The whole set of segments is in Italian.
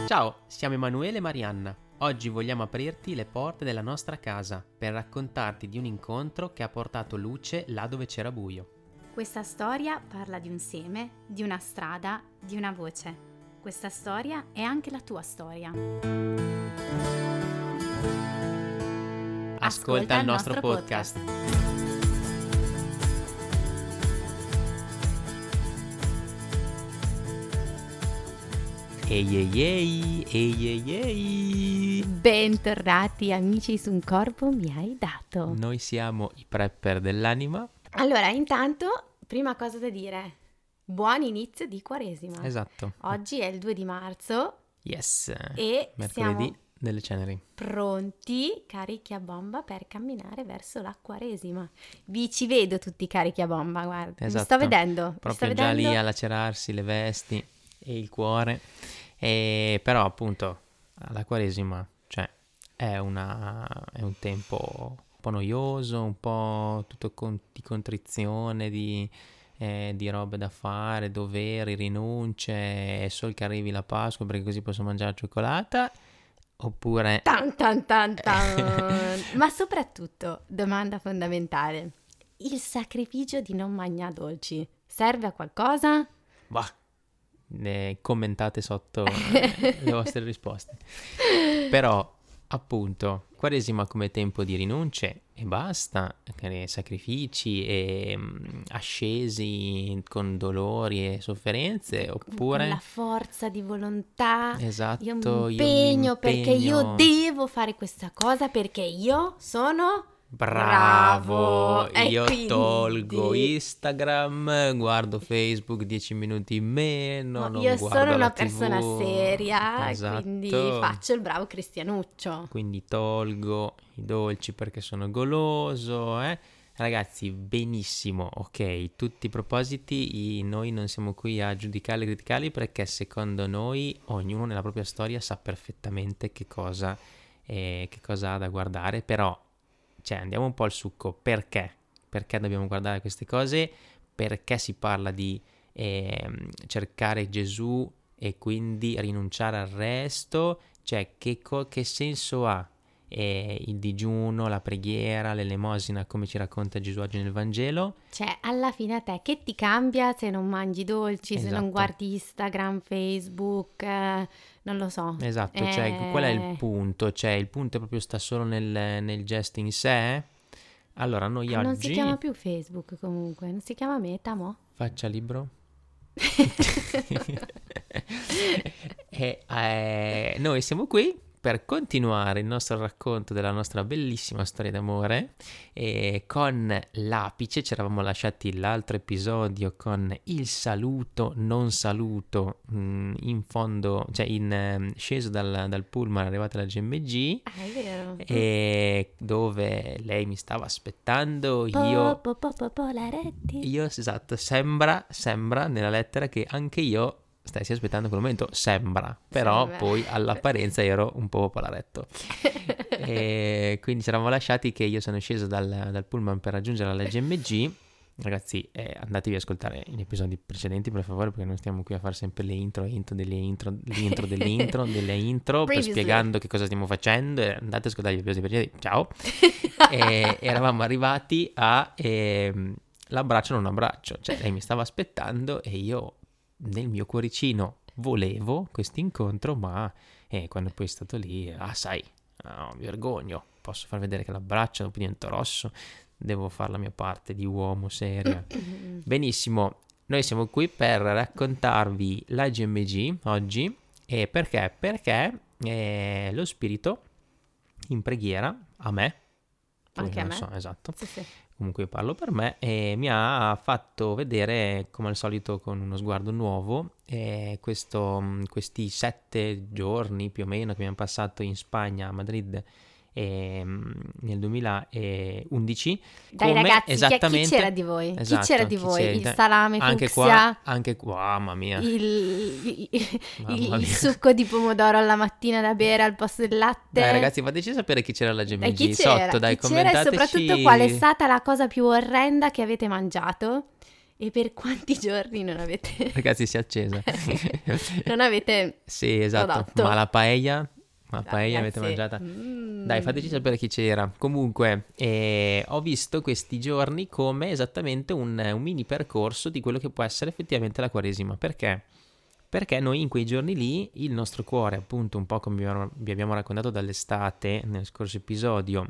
Ciao, siamo Emanuele e Marianna. Oggi vogliamo aprirti le porte della nostra casa per raccontarti di un incontro che ha portato luce là dove c'era buio. Questa storia parla di un seme, di una strada, di una voce. Questa storia è anche la tua storia. Ascolta il nostro podcast. Ehi. Bentornati amici su Un corpo mi hai dato. Noi siamo i prepper dell'anima. Allora, intanto, prima cosa da dire, buon inizio di Quaresima. Esatto. Oggi è il 2 di marzo. Yes. E mercoledì siamo delle ceneri. pronti, carichi a bomba, per camminare verso la Quaresima. Ci vedo tutti carichi a bomba, guarda. Esatto. Mi sto vedendo. Proprio già lì a lacerarsi le vesti e il cuore. Però appunto la Quaresima, cioè è un tempo un po' noioso, un po' tutto di contrizione, di robe da fare, doveri, rinunce, è solo che arrivi la Pasqua perché così posso mangiare la cioccolata, oppure... Tan. Ma soprattutto, domanda fondamentale, il sacrificio di non mangiare dolci serve a qualcosa? Bah, commentate sotto le vostre risposte. Però appunto Quaresima come tempo di rinunce e basta, sacrifici e ascesi con dolori e sofferenze, oppure la forza di volontà. esatto, io mi impegno perché io devo fare questa cosa perché io sono bravo. E Io quindi tolgo Instagram, guardo Facebook 10 minuti in meno, non io guardo sono la una TV. persona seria, Esatto. quindi faccio il bravo cristianuccio. Quindi tolgo i dolci perché sono goloso, Ragazzi, benissimo, ok, tutti i propositi, noi non siamo qui a giudicarli e criticarli perché secondo noi ognuno nella propria storia sa perfettamente che cosa ha da guardare, però cioè andiamo un po' al succo. Perché dobbiamo guardare queste cose? Perché si parla di cercare Gesù e quindi rinunciare al resto? Cioè che senso ha il digiuno, la preghiera, l'elemosina, come ci racconta Gesù oggi nel Vangelo? Cioè, alla fine a te che ti cambia se non mangi dolci, se non Esatto. guardi Instagram, Facebook, non lo so. Esatto, cioè qual è il punto? Cioè il punto proprio sta solo nel gesto in sé? Allora noi oggi... Non si chiama più Facebook comunque, non si chiama Meta, mo? Faccia libro? Noi siamo qui per continuare il nostro racconto della nostra bellissima storia d'amore e con l'apice ci eravamo lasciati l'altro episodio con il saluto non saluto in fondo, cioè sceso dal pullman arrivato alla GMG, È vero. e dove lei mi stava aspettando, io esatto, sembra nella lettera che anche io stessi aspettando quel momento, sembra, però poi all'apparenza ero un po' polaretto. E quindi ci eravamo lasciati che io sono sceso dal pullman per raggiungere la GMG. Ragazzi, andatevi ad ascoltare gli episodi precedenti per favore, perché noi stiamo qui a fare sempre le intro delle intro per spiegando che cosa stiamo facendo. Andate ad ascoltare gli episodi precedenti. Ciao. E eravamo arrivati a l'abbraccio non abbraccio, cioè lei mi stava aspettando e io nel mio cuoricino volevo questo incontro, ma quando poi è stato lì, mi vergogno, posso far vedere che l'abbraccio, dopo divento rosso, devo fare la mia parte di uomo seria. Benissimo, noi siamo qui per raccontarvi la GMG oggi, e perché? Perché lo spirito in preghiera a me, anche a me, so, esatto. Sì. Comunque io parlo per me, e mi ha fatto vedere, come al solito con uno sguardo nuovo, questi 7 giorni più o meno che abbiamo passato in Spagna, a Madrid, nel 2011. Dai ragazzi, esattamente, chi c'era di voi? Esatto, chi c'era di voi? c'era? Il salame anche fucsia? Qua, mamma mia. Il succo di pomodoro alla mattina da bere al posto del latte? Dai ragazzi, fateci sapere chi c'era alla GMG chi c'era? sotto, dai, chi c'era, commentateci. e soprattutto qual è stata la cosa più orrenda che avete mangiato? E per quanti giorni non avete... Ragazzi, si è accesa. non avete Sì, esatto. prodotto? Ma la paella avete Ragazzi, mangiata? Dai, fateci sapere chi c'era. Comunque, ho visto questi giorni come esattamente un mini percorso di quello che può essere effettivamente la Quaresima. Perché? Perché noi in quei giorni lì, il nostro cuore, appunto, un po' come vi abbiamo raccontato dall'estate nel scorso episodio,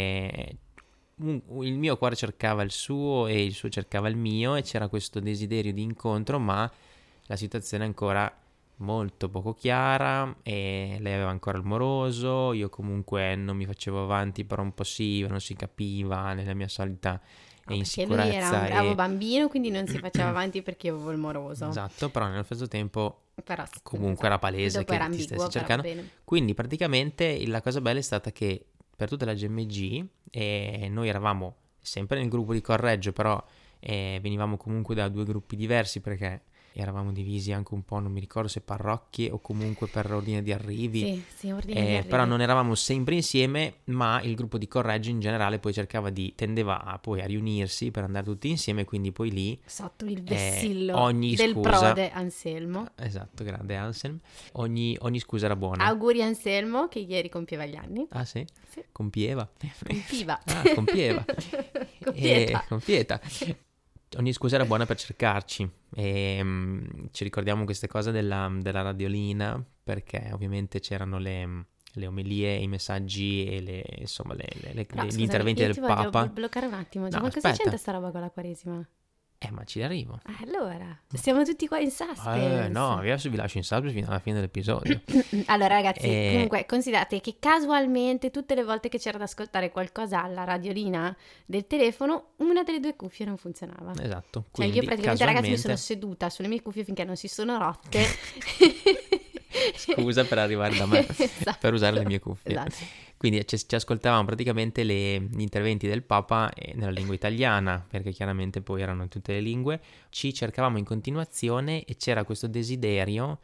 il mio cuore cercava il suo e il suo cercava il mio e c'era questo desiderio di incontro, ma la situazione è ancora molto poco chiara e lei aveva ancora il moroso, io comunque non mi facevo avanti per un po' sì, non si capiva nella mia solita Perché lui era un insicurezza bravo bambino, quindi non si faceva avanti perché io avevo il moroso. Esatto, però nello stesso tempo Però, comunque era palese dopo che era ti ambiguo, stessi però cercando. va bene. Quindi praticamente la cosa bella è stata che per tutta la GMG noi eravamo sempre nel gruppo di Correggio, però venivamo comunque da 2 gruppi diversi perché eravamo divisi anche un po', non mi ricordo se parrocchie o comunque per ordine di arrivi. Sì, ordine di arrivi. Però non eravamo sempre insieme, ma il gruppo di Correggio in generale poi tendeva poi a riunirsi per andare tutti insieme, quindi poi lì sotto il vessillo ogni del scusa, prode Anselmo. Esatto, grande Anselm. Ogni scusa era buona. Auguri Anselmo che ieri compieva gli anni. Ah sì? Sì. Compieva. Compiva. Compieva. Compieta. Ogni scusa era buona per cercarci e ci ricordiamo queste cose della radiolina perché ovviamente c'erano le omelie, i messaggi e insomma gli interventi del Papa. Io voglio bloccare un attimo, No, ma cosa c'entra sta roba con la Quaresima? Ma ci arrivo. Allora, siamo tutti qua in suspense. No, adesso vi lascio in suspense fino alla fine dell'episodio. Allora ragazzi, comunque considerate che casualmente tutte le volte che c'era da ascoltare qualcosa alla radiolina del telefono, una delle 2 cuffie non funzionava. Esatto. Cioè io praticamente ragazzi mi sono seduta sulle mie cuffie finché non si sono rotte. Scusa per arrivare da me, esatto. Per usare le mie cuffie. Esatto. Quindi ci ascoltavamo praticamente gli interventi del Papa nella lingua italiana, perché chiaramente poi erano in tutte le lingue. Ci cercavamo in continuazione e c'era questo desiderio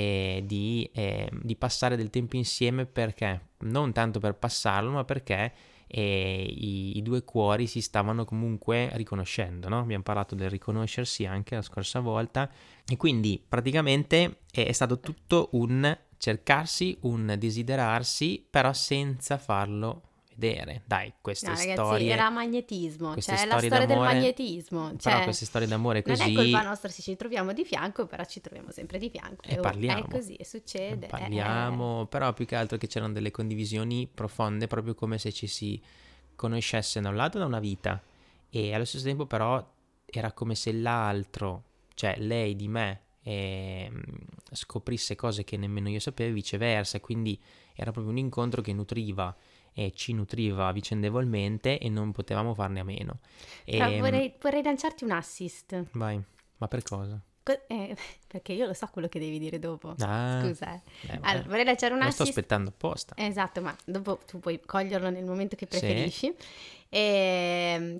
di passare del tempo insieme, perché non tanto per passarlo, ma perché i 2 cuori si stavano comunque riconoscendo, no? Abbiamo parlato del riconoscersi anche la scorsa volta e quindi praticamente è stato tutto un cercarsi, un desiderarsi, però senza farlo vedere. Dai, queste ragazzi, storie era magnetismo, queste cioè la storia del magnetismo. Però queste storie d'amore così... Non è colpa nostra se ci troviamo di fianco, però ci troviamo sempre di fianco. E parliamo. È così, succede. Parliamo, però più che altro che c'erano delle condivisioni profonde, proprio come se ci si conoscesse da un lato da una vita e allo stesso tempo però era come se l'altro, cioè lei di me, scoprisse cose che nemmeno io sapevo e viceversa, quindi era proprio un incontro che nutriva e ci nutriva vicendevolmente e non potevamo farne a meno. Vorrei lanciarti un assist. Vai, ma per cosa? Perché io lo so quello che devi dire dopo. Ah, scusa. Allora, vorrei lanciare un assist. Lo sto aspettando apposta. Esatto, ma dopo tu puoi coglierlo nel momento che preferisci. Sì.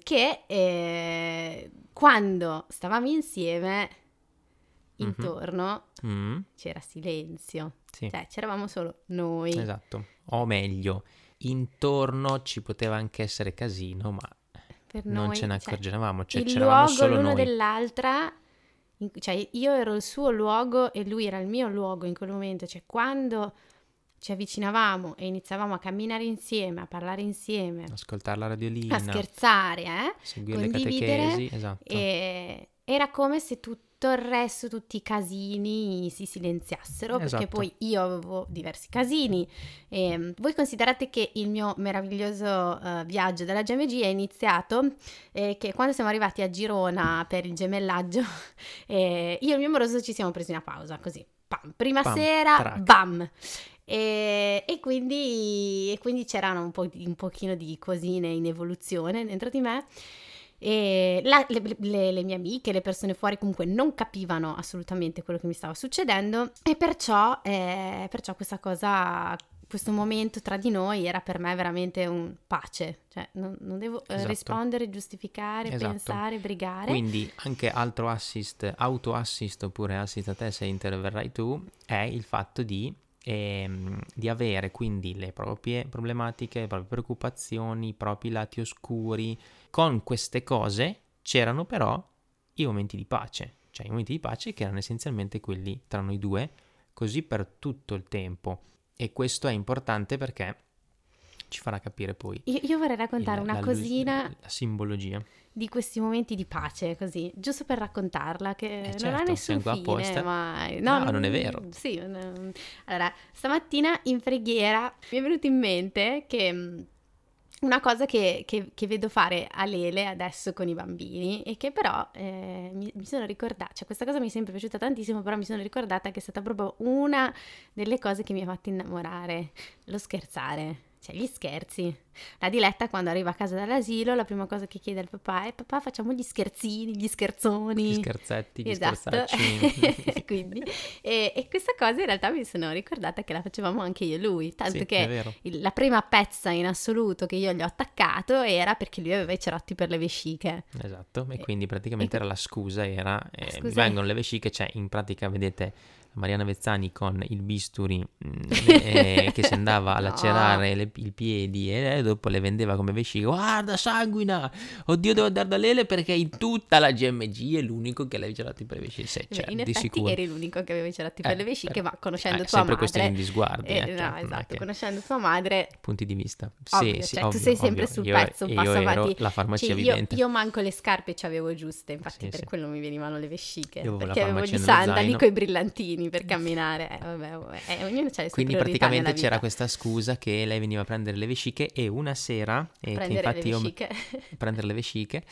Quando stavamo insieme intorno c'era silenzio. Sì. Cioè c'eravamo solo noi. Esatto. O meglio, intorno ci poteva anche essere casino, ma per non noi, ce ne accorgevamo. Cioè, il c'eravamo luogo solo l'uno noi. dell'altra. Cioè io ero il suo luogo e lui era il mio luogo in quel momento. Cioè quando ci avvicinavamo e iniziavamo a camminare insieme, a parlare insieme, ascoltare la radiolina, a scherzare, seguire condividere, le catechesi, esatto. E era come se tutto il resto, tutti i casini si silenziassero, esatto. Perché poi io avevo diversi casini. Voi considerate che il mio meraviglioso viaggio della GMG è iniziato che quando siamo arrivati a Girona per il gemellaggio, io e il mio moroso ci siamo presi una pausa, così, pam, prima sera, track. Bam! E quindi c'erano un pochino di cosine in evoluzione dentro di me. E le mie amiche, le persone fuori comunque non capivano assolutamente quello che mi stava succedendo e perciò questa cosa, questo momento tra di noi era per me veramente un pace, cioè non devo rispondere, giustificare, pensare, brigare. Quindi anche altro assist, auto-assist oppure assist a te se interverrai tu, è il fatto di avere quindi le proprie problematiche, le proprie preoccupazioni, i propri lati oscuri. Con queste cose c'erano però i momenti di pace, cioè i momenti di pace che erano essenzialmente quelli tra noi due, così per tutto il tempo. E questo è importante perché ci farà capire poi Io vorrei raccontare una cosina la simbologia. di questi momenti di pace, così, giusto per raccontarla, che non ha Certo, nessun siamo qua fine, apposta. ma... No, non è vero. Sì, allora, stamattina in preghiera mi è venuto in mente che una cosa che vedo fare a Lele adesso con i bambini e che però mi sono ricordata, cioè questa cosa mi è sempre piaciuta tantissimo, però mi sono ricordata che è stata proprio una delle cose che mi ha fatto innamorare, lo scherzare. Cioè, gli scherzi. La Diletta quando arriva a casa dall'asilo, la prima cosa che chiede al papà è: papà, facciamo gli scherzini, gli scherzoni. Gli scherzetti, gli Esatto. scherzacci. Quindi, e questa cosa in realtà mi sono ricordata che la facevamo anche io e lui, tanto Sì, che è vero. la prima pezza in assoluto che io gli ho attaccato era perché lui aveva i cerotti per le vesciche. Esatto, e quindi praticamente era la scusa, mi Scusa. vengono le vesciche, cioè in pratica vedete Mariana Vezzani con il bisturi che si andava a No. lacerare i piedi e dopo le vendeva come vesciche. Guarda, sanguina! Oddio, devo andare da Lele perché in tutta la GMG è l'unico che ha i gelati per le vesciche. Sì, Beh, cioè, in di effetti sicuro. eri l'unico che aveva i cerotti per le vesciche, ma conoscendo tua sempre madre... questione di sguardi. no, cioè, non è esatto, che- conoscendo tua madre... punti di vista. Ovvio, Sì, cioè, ovvio, tu sei sempre ovvio. sul Io- pezzo, un io passo ero avanti. la farmacia Cioè, vivente. io manco le scarpe ci avevo giuste, infatti Sì, per sì. quello mi venivano le vesciche, Io avevo la perché avevo gli farmacia nello sandali zaino. con i brillantini per camminare. Ognuno ha le sue Quindi priorità nella praticamente vita. c'era questa scusa che lei veniva a prendere le vesciche e una sera, che Prendere infatti le io vesciche. prendere le vesciche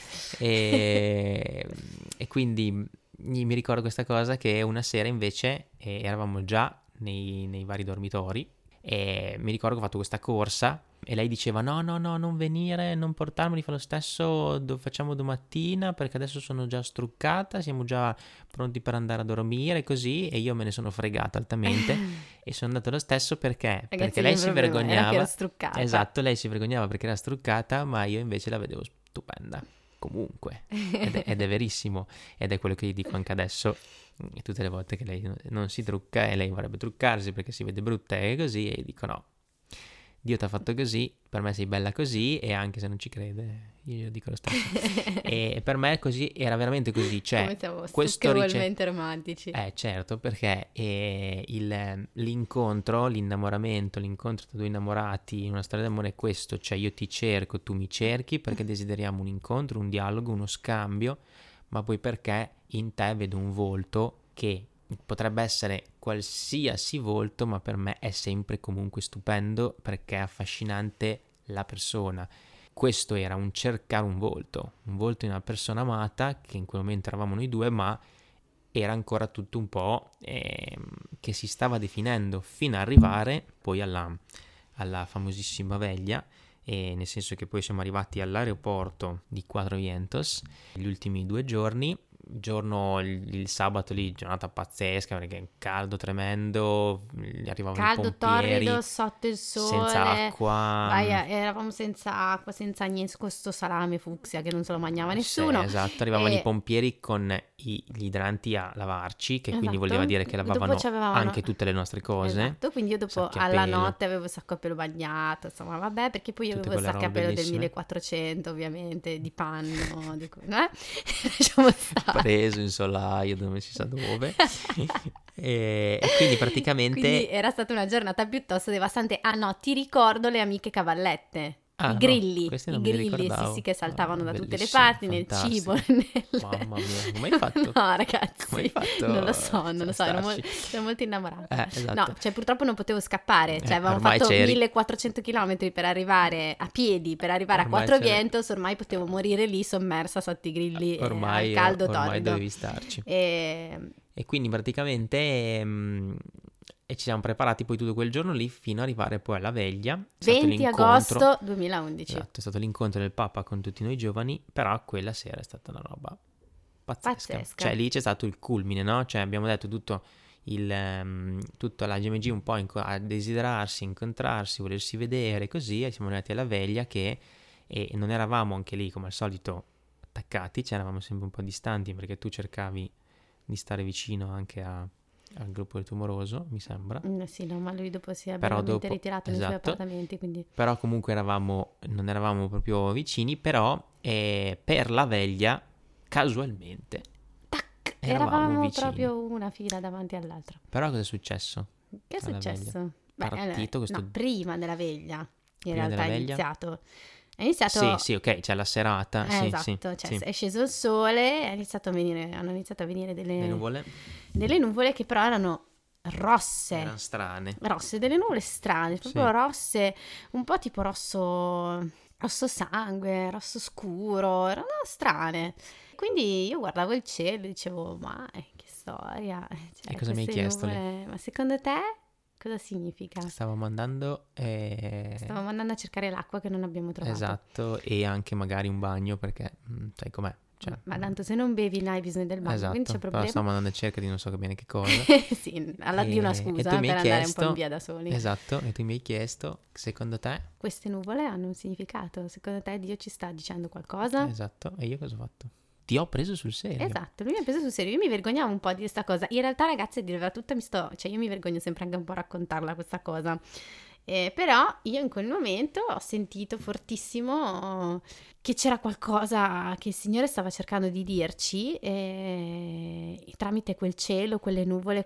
e quindi mi ricordo questa cosa che una sera invece eravamo già nei vari dormitori e mi ricordo che ho fatto questa corsa e lei diceva no, non venire, non portarmeli, fa lo stesso, facciamo domattina perché adesso sono già struccata, siamo già pronti per andare a dormire così e io me ne sono fregata altamente e sono andato lo stesso perché Ragazzi, lei il si problema era che vergognava. ero struccata. Esatto, lei si vergognava perché era struccata, ma io invece la vedevo stupenda. Comunque, ed è verissimo, ed è quello che gli dico anche adesso, e tutte le volte che lei non si trucca e lei vorrebbe truccarsi perché si vede brutta e così, e gli dico no, Dio ti ha fatto così, per me sei bella così e anche se non ci crede, io glielo dico lo stesso. E per me così era veramente così, cioè Come siamo questo stucchevolmente romantici. certo, perché l'incontro, l'innamoramento, l'incontro tra due innamorati in una storia d'amore è questo, cioè io ti cerco, tu mi cerchi perché desideriamo un incontro, un dialogo, uno scambio, ma poi perché in te vedo un volto che potrebbe essere qualsiasi volto, ma per me è sempre comunque stupendo perché è affascinante la persona. Questo era un cercare un volto in una persona amata, che in quel momento eravamo noi due, ma era ancora tutto un po' che si stava definendo fino ad arrivare poi alla famosissima veglia, nel senso che poi siamo arrivati all'aeroporto di Cuatro Vientos gli ultimi 2 giorni. Il sabato lì, giornata pazzesca perché caldo tremendo, arrivavano Caldo, i pompieri torrido, sotto il sole, senza acqua. eravamo senza acqua, senza niente, questo salame fucsia che non se lo mangiava nessuno. Sì, esatto, arrivavano i pompieri con gli idranti a lavarci, che quindi Esatto. voleva dire che Dopo lavavano c'avevano- anche tutte le nostre cose. Esatto, quindi io dopo Sacchi a alla pelo. notte avevo il sacco a pelo bagnato, insomma, vabbè, perché poi io Tutte avevo il quelle sacco a robe pelo del bellissime. 1400, ovviamente, di panno, lasciamo stare. Preso in solaio dove si sa dove. e quindi praticamente Quindi era stata una giornata piuttosto devastante. Ah no, ti ricordo le amiche cavallette. Ah, I no, grilli, questi i non me li grilli, ricordavo. sì, che saltavano da tutte le Bellissimo, parti, nel fantastico. cibo, Mamma mia, come hai fatto? No, ragazzi, Come hai fatto non lo so, ero, starci? ero molto innamorata. Esatto. No, cioè purtroppo non potevo scappare, cioè avevamo ormai fatto c'eri. 1400 km per arrivare a piedi, per arrivare Ormai a Quattro c'eri. Vientos, ormai potevo morire lì sommersa sotto i grilli Ormai, al caldo ormai torrido. dovevi starci. E... E quindi praticamente e ci siamo preparati poi tutto quel giorno lì fino ad arrivare poi alla veglia. È stato 20 l'incontro. agosto 2011. Esatto, è stato l'incontro del Papa con tutti noi giovani, però quella sera è stata una roba pazzesca. Cioè lì c'è stato il culmine, no? Cioè abbiamo detto tutta la GMG un po' a desiderarsi, incontrarsi, volersi vedere, così, e siamo arrivati alla veglia e non eravamo anche lì come al solito attaccati, cioè eravamo sempre un po' distanti perché tu cercavi di stare vicino anche al gruppo del tumoroso, mi sembra. Sì, no, ma lui dopo si è Però veramente dopo, ritirato nei suoi esatto. appartamenti, quindi... Però comunque non eravamo proprio vicini, però per la veglia casualmente eravamo vicini. proprio una fila davanti all'altra. Però cosa è successo? Che è alla veglia? successo? Partito questo... No, prima della veglia. In Prima realtà della è veglia? iniziato. È iniziato... Sì, ok, c'è la serata. Sì, esatto, sì, cioè sì. è sceso il sole, hanno iniziato a venire Le nuvole delle nuvole che però erano rosse. erano strane. Rosse, delle nuvole strane, proprio Sì. rosse, un po' tipo rosso sangue, rosso scuro, erano strane. Quindi io guardavo il cielo e dicevo, ma che storia. Cioè, E cosa mi hai queste chiesto lì? nuvole, ma secondo te cosa significa? Stavamo andando Stavamo andando a cercare l'acqua che non abbiamo trovato. Esatto, e anche magari un bagno perché sai com'è. Cioè, Ma tanto se non bevi non hai bisogno del bagno, esatto, quindi c'è però problema. stavamo andando a cerca di non so che bene che cosa. Sì, alla di una E scusa tu mi per hai andare un po' chiesto, in via da soli. esatto, e tu mi hai chiesto, secondo te? Queste nuvole hanno un significato, secondo te Dio ci sta dicendo qualcosa? Esatto, e io cosa ho fatto? Ti ho preso sul serio. Esatto, lui mi ha preso sul serio, io mi vergognavo un po' di questa cosa. In realtà, ragazzi, a dirvela tutta cioè io mi vergogno sempre anche un po' a raccontarla questa cosa. Però io in quel momento ho sentito fortissimo che c'era qualcosa che il Signore stava cercando di dirci e tramite quel cielo, quelle nuvole,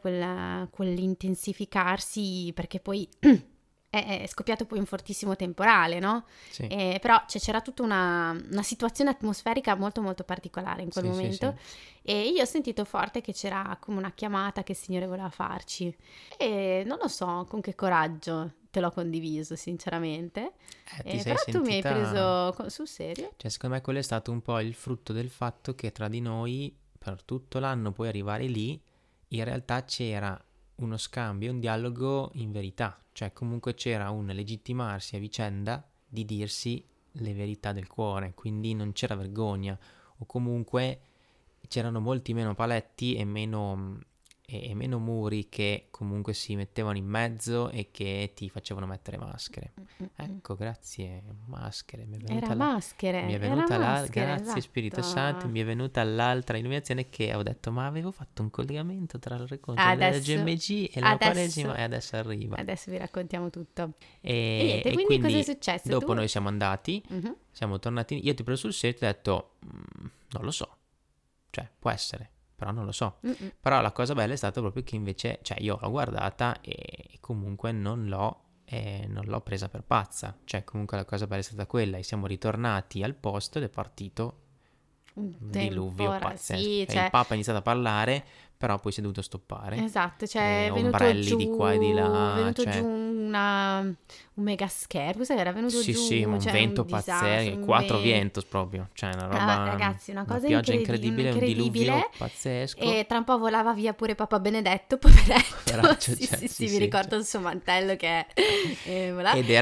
quell'intensificarsi, perché poi è scoppiato poi un fortissimo temporale, no? Sì. Però c'era tutta una situazione atmosferica molto molto particolare in quel Sì, momento sì. e io ho sentito forte che c'era come una chiamata che il Signore voleva farci e non lo so con che coraggio te l'ho condiviso sinceramente, Ti sei però tu mi hai sentita... preso sul serio. Cioè, secondo me quello è stato un po' il frutto del fatto che tra di noi, per tutto l'anno, poi arrivare lì, in realtà c'era uno scambio, un dialogo in verità. Cioè, comunque c'era un legittimarsi a vicenda di dirsi le verità del cuore, quindi non c'era vergogna, o comunque c'erano molti meno paletti e meno muri che comunque si mettevano in mezzo e che ti facevano mettere maschere. Ecco, grazie, maschere. Mi è venuta Era maschere, mi è venuta era maschere, grazie esatto. Spirito Santo, mi è venuta l'altra illuminazione che ho detto, ma avevo fatto un collegamento tra il racconto della GMG e la Quaresima e adesso arriva. Adesso vi raccontiamo tutto. E niente, quindi cosa è successo? Dopo noi siamo andati, Mhm. siamo tornati, io ti ho preso sul serio e ti ho detto, non lo so, cioè può essere, però non lo so. Mm-mm. Però la cosa bella è stata proprio che invece, cioè io l'ho guardata e comunque non l'ho presa per pazza, cioè comunque la cosa bella è stata quella e siamo ritornati al posto ed è partito un diluvio pazzesco. Sì, E il Papa ha iniziato a parlare, però poi si è dovuto stoppare. esatto, cioè è venuto ombrelli giù, di qua e di là, è venuto cioè... giù un mega schermo, cos'era? Era venuto Sì, giù, sì, un cioè, vento disastro, pazzesco, un 4 vento. vientos proprio, cioè una roba, Ragazzi, una cosa pioggia incredibile, un diluvio pazzesco. E tra un po' volava via pure Papa Benedetto, poveretto. Poveraccio, Sì, cioè, sì, sì, mi sì, ricordo cioè. il suo mantello che volava. Ed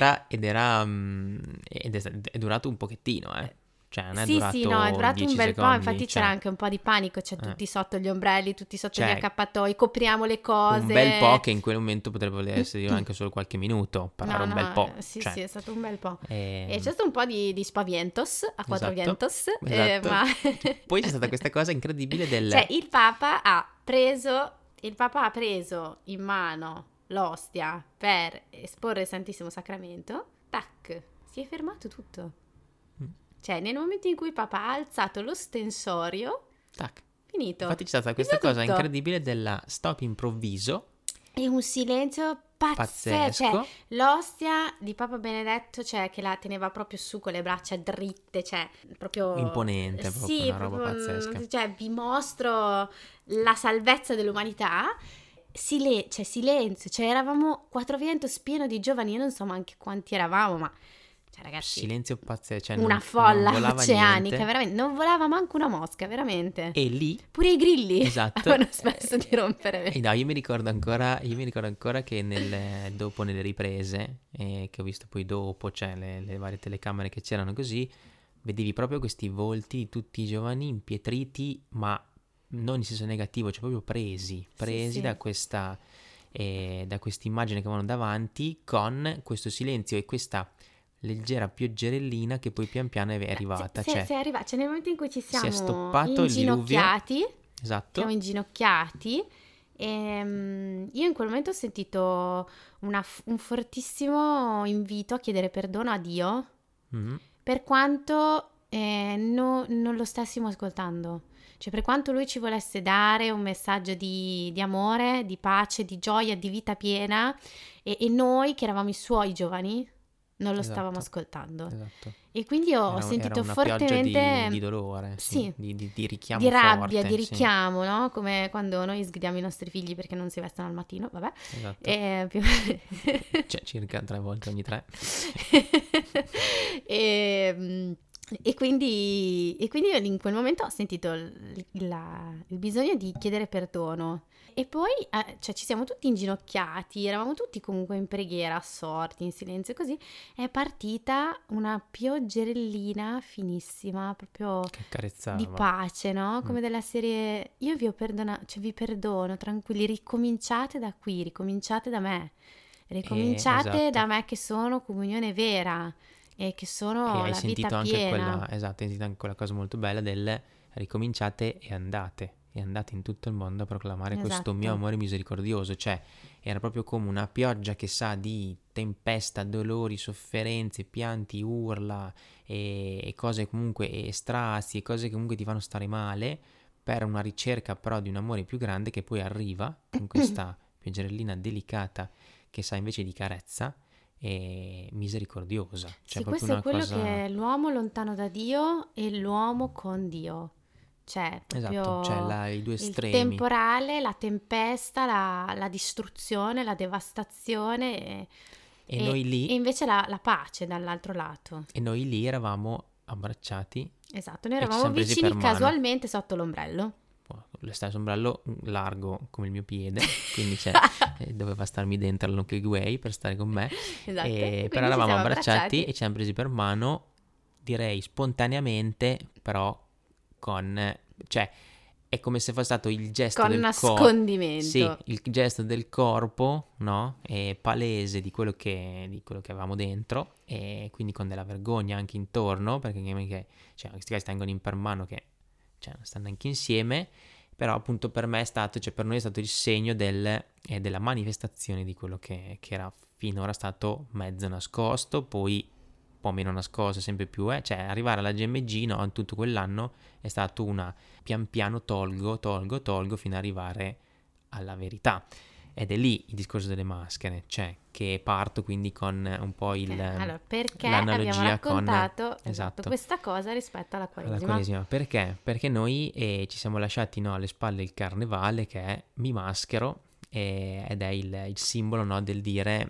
è durato un pochettino, cioè non è Sì, durato sì, no, è durato 10 un bel po', secondi, infatti cioè, c'era anche un po' di panico, cioè tutti sotto gli ombrelli, tutti sotto Cioè, gli accappatoi, copriamo le cose. un bel po' che in quel momento potrebbe essere anche solo qualche minuto, però era un bel po'. Sì, cioè. sì, è stato un bel po'. E c'è stato un po' di spavientos, a quattro esatto, vientos, esatto. ma... Poi c'è stata questa cosa incredibile del... Cioè, il Papa ha preso in mano l'ostia per esporre il Santissimo Sacramento, tac, si è fermato tutto. Cioè, nel momento in cui il Papa ha alzato lo stensorio, tac. finito. Infatti c'è stata questa cosa tutto. incredibile della stop improvviso. E un silenzio pazzesco. Cioè, l'ostia di Papa Benedetto, cioè, che la teneva proprio su con le braccia dritte, cioè, proprio... Imponente, proprio sì, una roba pazzesca. Cioè, vi mostro la salvezza dell'umanità. Silenzio, cioè, eravamo quattro vientos pieno di giovani, io non so neanche quanti eravamo, ma... Cioè, ragazzi, silenzio pazzesco, cioè una non folla volava oceanica, niente. veramente, non volava manco una mosca, veramente. E lì, pure i grilli esatto, avevano smesso di rompere. No, io mi ricordo ancora che dopo nelle riprese, che ho visto poi dopo, cioè le varie telecamere che c'erano così, vedevi proprio questi volti di tutti i giovani impietriti, ma non in senso negativo, cioè proprio presi Sì. da questa immagine che avevano davanti, con questo silenzio e questa leggera pioggerellina che poi pian piano è arrivata. È arrivata, cioè nel momento in cui ci siamo si è stoppato inginocchiati, il diluvio. Esatto. siamo inginocchiati e io in quel momento ho sentito un fortissimo invito a chiedere perdono a Dio per quanto non lo stessimo ascoltando. Cioè, per quanto lui ci volesse dare un messaggio di amore, di pace, di gioia, di vita piena, e noi che eravamo i suoi giovani non lo stavamo Esatto, ascoltando. esatto. E quindi ho Era sentito una pioggia di fortemente, dolore, sì, sì, di di richiamo rabbia, di forte, sì, richiamo, no? Come quando noi sgridiamo i nostri figli perché non si vestono al mattino, vabbè. esatto. E più... Cioè, circa 3 volte ogni 3. e, e quindi io in quel momento ho sentito il bisogno di chiedere perdono. E poi cioè, ci siamo tutti inginocchiati, eravamo tutti comunque in preghiera, assorti, in silenzio, così è partita una pioggerellina finissima, proprio Che di accarezzava. pace, no? Mm. Come della serie, io vi ho perdonato, cioè vi perdono, tranquilli, ricominciate da qui, ricominciate da me, ricominciate da Esatto. me che sono comunione vera e che E sono hai la vita sentito anche piena. esatto, hai sentito anche quella cosa molto bella del ricominciate e andate in tutto il mondo a proclamare questo mio Esatto. amore misericordioso, cioè era proprio come una pioggia che sa di tempesta, dolori, sofferenze, pianti, urla e cose comunque, e strazi, e cose che comunque ti fanno stare male, per una ricerca però di un amore più grande che poi arriva con questa pioggerellina delicata che sa invece di carezza e misericordiosa, cioè Sì, proprio questo è una quello cosa. che è l'uomo lontano da Dio e l'uomo con Dio. Cioè, Esatto, cioè proprio i due il estremi. temporale, la tempesta, la distruzione, la devastazione E noi lì, e invece la pace dall'altro lato. e noi lì eravamo abbracciati Esatto, noi e ci eravamo siamo presi per vicini mano. casualmente sotto l'ombrello. Lo stesso ombrello largo come il mio piede, quindi doveva starmi dentro all'Hockey Way per stare con me. Esatto, e Però quindi ci eravamo siamo abbracciati abbracciati e ci siamo presi per mano, direi spontaneamente, però cioè, è come se fosse stato il gesto con del corpo. Sì, nascondimento. il gesto del corpo, no? È palese di quello che avevamo dentro, e quindi con della vergogna anche intorno, perché cioè, questi qua tengono in per mano che cioè, non stanno anche insieme, però appunto per me è stato, cioè per noi è stato il segno della manifestazione di quello che era finora stato mezzo nascosto, poi un po' meno nascosto, sempre più, cioè arrivare alla GMG, no, in tutto quell'anno è stato una pian piano tolgo fino ad arrivare alla verità. Ed è lì il discorso delle maschere, cioè che parto quindi con un po' Ok, allora perché abbiamo l'analogia con, raccontato esatto esatto, questa cosa rispetto alla alla Quaresima? Quaresima. Perché? Perché noi ci siamo lasciati, no, alle spalle il carnevale, che è mi maschero, ed è il simbolo, no, del dire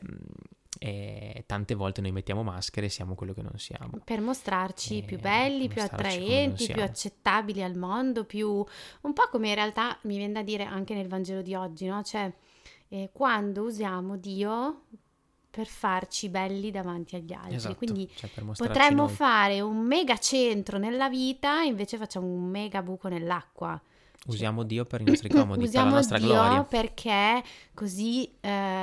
tante volte noi mettiamo maschere e siamo quello che non siamo. Per mostrarci più Per belli, più mostrarci come non attraenti, più siamo. accettabili al mondo, più un po' come in realtà mi viene da dire anche nel Vangelo di oggi, no? Cioè, quando usiamo Dio per farci belli davanti agli altri. Esatto, Quindi cioè per mostrarci potremmo noi. fare un mega centro nella vita, invece facciamo un mega buco nell'acqua. Cioè, Usiamo Dio per i nostri comodi, per la usiamo nostra Dio gloria. perché così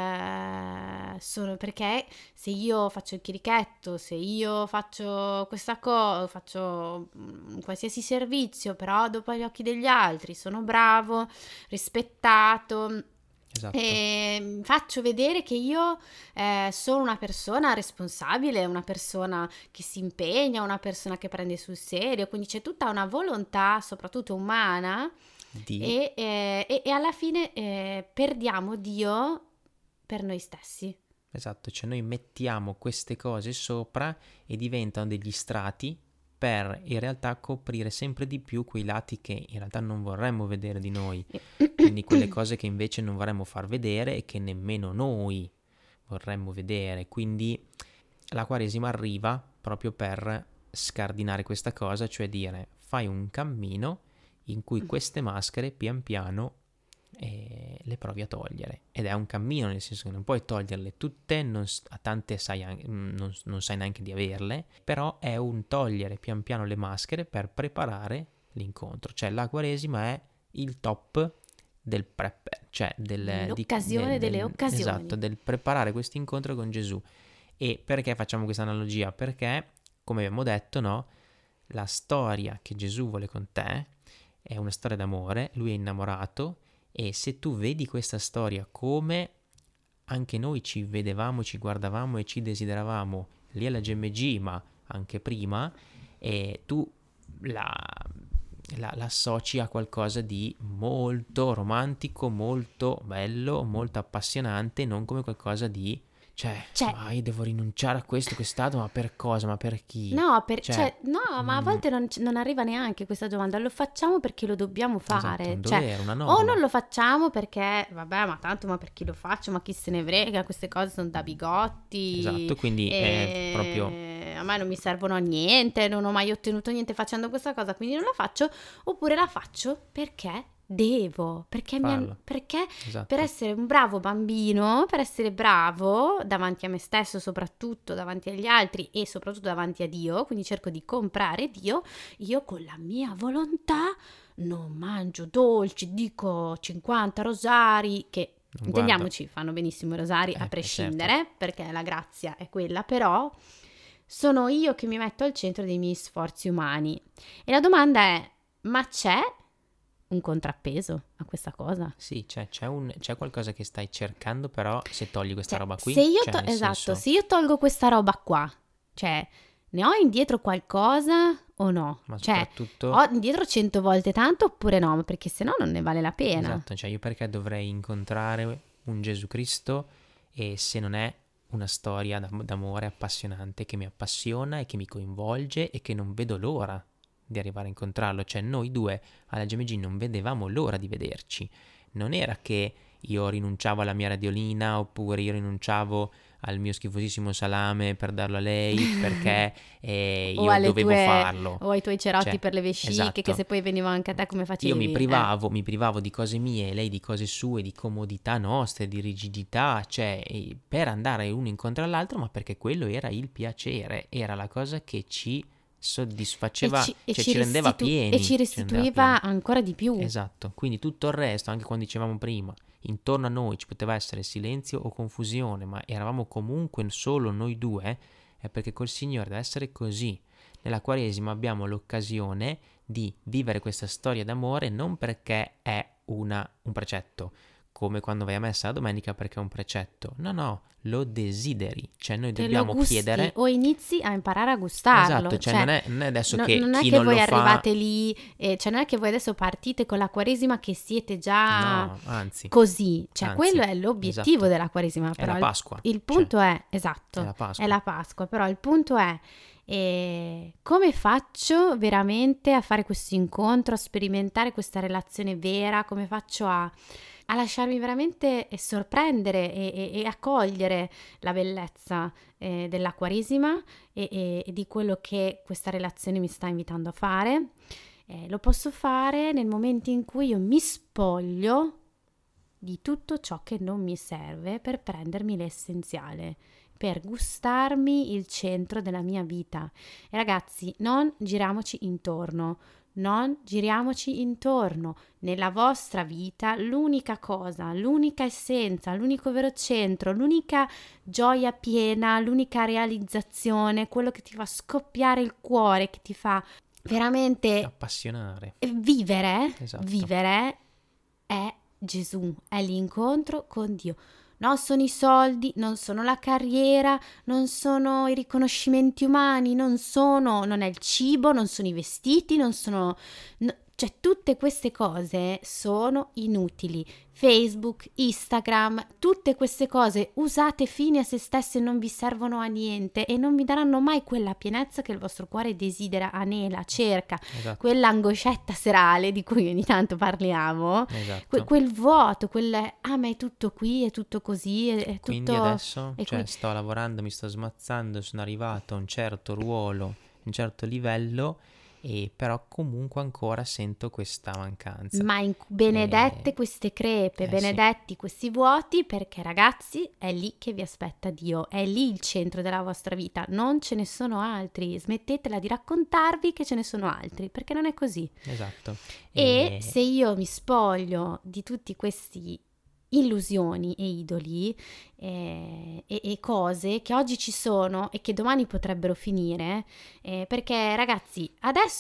perché se io faccio il chirichetto, se io faccio questa cosa, faccio qualsiasi servizio, però dopo agli occhi degli altri sono bravo, rispettato. Esatto, E faccio vedere che io sono una persona responsabile, una persona che si impegna, una persona che prende sul serio, quindi c'è tutta una volontà, soprattutto umana, di e alla fine perdiamo Dio per noi stessi. Esatto, cioè noi mettiamo queste cose sopra e diventano degli strati per in realtà coprire sempre di più quei lati che in realtà non vorremmo vedere di noi, quindi quelle cose che invece non vorremmo far vedere e che nemmeno noi vorremmo vedere. Quindi la Quaresima arriva proprio per scardinare questa cosa, cioè dire fai un cammino in cui queste maschere pian piano le provi a togliere, ed è un cammino, nel senso che non puoi toglierle tutte, a tante non sai neanche di averle, però è un togliere pian piano le maschere per preparare l'incontro. Cioè la Quaresima è il top del prep, cioè L'occasione delle esatto, occasioni. del preparare questo incontro con Gesù. E perché facciamo questa analogia? Perché, come abbiamo detto, no, la storia che Gesù vuole con te è una storia d'amore, lui è innamorato, e se tu vedi questa storia come anche noi ci vedevamo, ci guardavamo e ci desideravamo lì alla GMG, ma anche prima, e tu la la associ a qualcosa di molto romantico, molto bello, molto appassionante, non come qualcosa di, cioè, ma io devo rinunciare a questo, quest'altro, ma per cosa, ma per chi? No, no, ma a mm, volte non arriva neanche questa domanda, lo facciamo perché lo dobbiamo esatto, fare, un cioè, dovere, una o non norma. lo facciamo perché, vabbè, ma tanto, ma per chi lo faccio, ma chi se ne frega, queste cose sono da bigotti, Esatto, quindi è proprio a me non mi servono a niente, non ho mai ottenuto niente facendo questa cosa, quindi non la faccio, oppure la faccio perché devo, farlo. perché Esatto. per essere un bravo bambino, per essere bravo davanti a me stesso, soprattutto davanti agli altri e soprattutto davanti a Dio, quindi cerco di comprare Dio, io con la mia volontà non mangio dolci, dico 50 rosari, che intendiamoci, fanno benissimo i rosari a prescindere, certo. perché la grazia è quella, però sono io che mi metto al centro dei miei sforzi umani. E la domanda è, ma c'è un contrappeso a questa cosa? Sì, c'è qualcosa che stai cercando, però se togli questa Cioè, roba qui, se io nel esatto, senso, se io tolgo questa roba qua, cioè, ne ho indietro qualcosa o no? ma Cioè, soprattutto, ho indietro 100 volte tanto oppure no? Perché se no non ne vale la pena. esatto, cioè io perché dovrei incontrare un Gesù Cristo e se non è una storia d'amore appassionante che mi appassiona e che mi coinvolge e che non vedo l'ora di arrivare a incontrarlo, cioè noi due alla GMG non vedevamo l'ora di vederci, non era che io rinunciavo alla mia radiolina oppure io rinunciavo al mio schifosissimo salame per darlo a lei perché io dovevo farlo. O ai tuoi cerotti Cioè, per le vesciche, esatto. che se poi venivano anche a te come facevi? Io mi privavo di cose mie, lei di cose sue, di comodità nostre, di rigidità, cioè per andare uno incontro all'altro, ma perché quello era il piacere, era la cosa che ci soddisfaceva, ci rendeva pieni. E ci restituiva ancora di più. Esatto, quindi tutto il resto, anche quando dicevamo prima, intorno a noi ci poteva essere silenzio o confusione, ma eravamo comunque solo noi due, è perché col Signore deve essere così. Nella Quaresima abbiamo l'occasione di vivere questa storia d'amore non perché è un precetto, come quando vai a messa la domenica perché è un precetto. No, lo desideri, cioè noi dobbiamo chiedere o inizi a imparare a gustarlo. Esatto, cioè non è adesso che non è chi che non voi lo arrivate fa lì, cioè non è che voi adesso partite con la Quaresima che siete già no, anzi, così, cioè quello è l'obiettivo esatto. della Quaresima, però è la Pasqua. il punto è, esatto, è la Pasqua, però il punto è come faccio veramente a fare questo incontro, a sperimentare questa relazione vera, come faccio a lasciarmi veramente sorprendere e accogliere la bellezza della Quaresima e di quello che questa relazione mi sta invitando a fare. Lo posso fare nel momento in cui io mi spoglio di tutto ciò che non mi serve per prendermi l'essenziale, per gustarmi il centro della mia vita. E ragazzi, non giriamoci intorno. Nella vostra vita l'unica cosa, l'unica essenza, l'unico vero centro, l'unica gioia piena, l'unica realizzazione, quello che ti fa scoppiare il cuore, che ti fa veramente appassionare, vivere, esatto. Vivere è Gesù, è l'incontro con Dio. Non sono i soldi, non sono la carriera, non sono i riconoscimenti umani, non è il cibo, non sono i vestiti, cioè tutte queste cose sono inutili. Facebook, Instagram, tutte queste cose usate fini a se stesse non vi servono a niente e non vi daranno mai quella pienezza che il vostro cuore desidera, anela, cerca, esatto. Quella angoscetta serale di cui ogni tanto parliamo, esatto. Quel vuoto, ma è tutto qui, è tutto così, è quindi tutto... adesso sto lavorando, mi sto smazzando, sono arrivato a un certo ruolo, un certo livello e però comunque ancora sento questa mancanza. Ma benedette queste crepe, benedetti questi vuoti, perché ragazzi è lì che vi aspetta Dio, è lì il centro della vostra vita, non ce ne sono altri, smettetela di raccontarvi che ce ne sono altri, perché non è così. Esatto. E se io mi spoglio di tutti questi illusioni e idoli e cose che oggi ci sono e che domani potrebbero finire, perché ragazzi adesso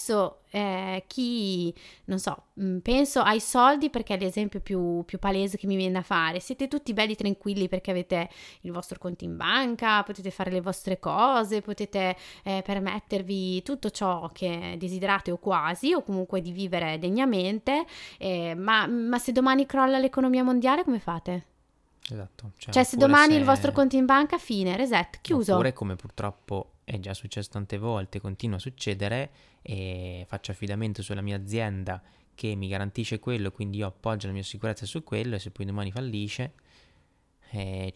chi, non so, penso ai soldi perché è l'esempio più palese che mi viene da fare. Siete tutti belli tranquilli perché avete il vostro conto in banca, potete fare le vostre cose, potete permettervi tutto ciò che desiderate o quasi, o comunque di vivere degnamente, ma se domani crolla l'economia mondiale come fate? Esatto. Cioè se Oppure domani il vostro conto in banca, fine, reset, chiuso. Oppure, come purtroppo è già successo tante volte, continua a succedere, e faccio affidamento sulla mia azienda che mi garantisce quello, quindi io appoggio la mia sicurezza su quello, e se poi domani fallisce, E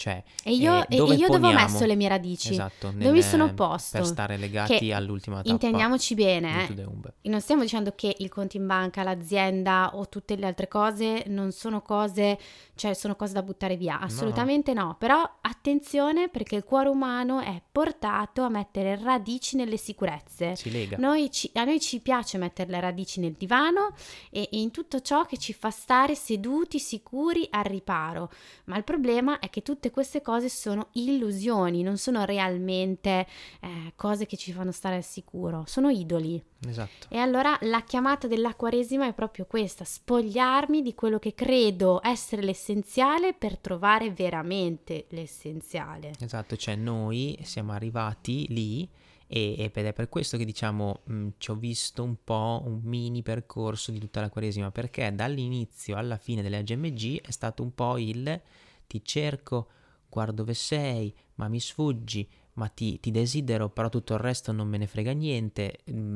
dove io dove ho messo poniamo? le mie radici? Esatto, Dove mi sono per posto? stare legati Che all'ultima tappa intendiamoci di bene, To The Umb. non stiamo dicendo che il conto in banca, l'azienda o tutte le altre cose non sono cose, cioè sono cose da buttare via, assolutamente no. Però attenzione, perché il cuore umano è portato a mettere radici nelle sicurezze. Si lega. A noi ci piace mettere le radici nel divano e in tutto ciò che ci fa stare seduti, sicuri, al riparo. Ma il problema è che tutte queste cose sono illusioni, non sono realmente cose che ci fanno stare al sicuro, sono idoli. Esatto. E allora la chiamata della Quaresima è proprio questa: spogliarmi di quello che credo essere l'essenziale per trovare veramente l'essenziale. Esatto, cioè noi siamo arrivati lì, ed è per questo che diciamo ci ho visto un po' un mini percorso di tutta la Quaresima, perché dall'inizio alla fine delle AGMG è stato un po' il ti cerco, guardo dove sei, ma mi sfuggi, ma ti desidero, però tutto il resto non me ne frega niente,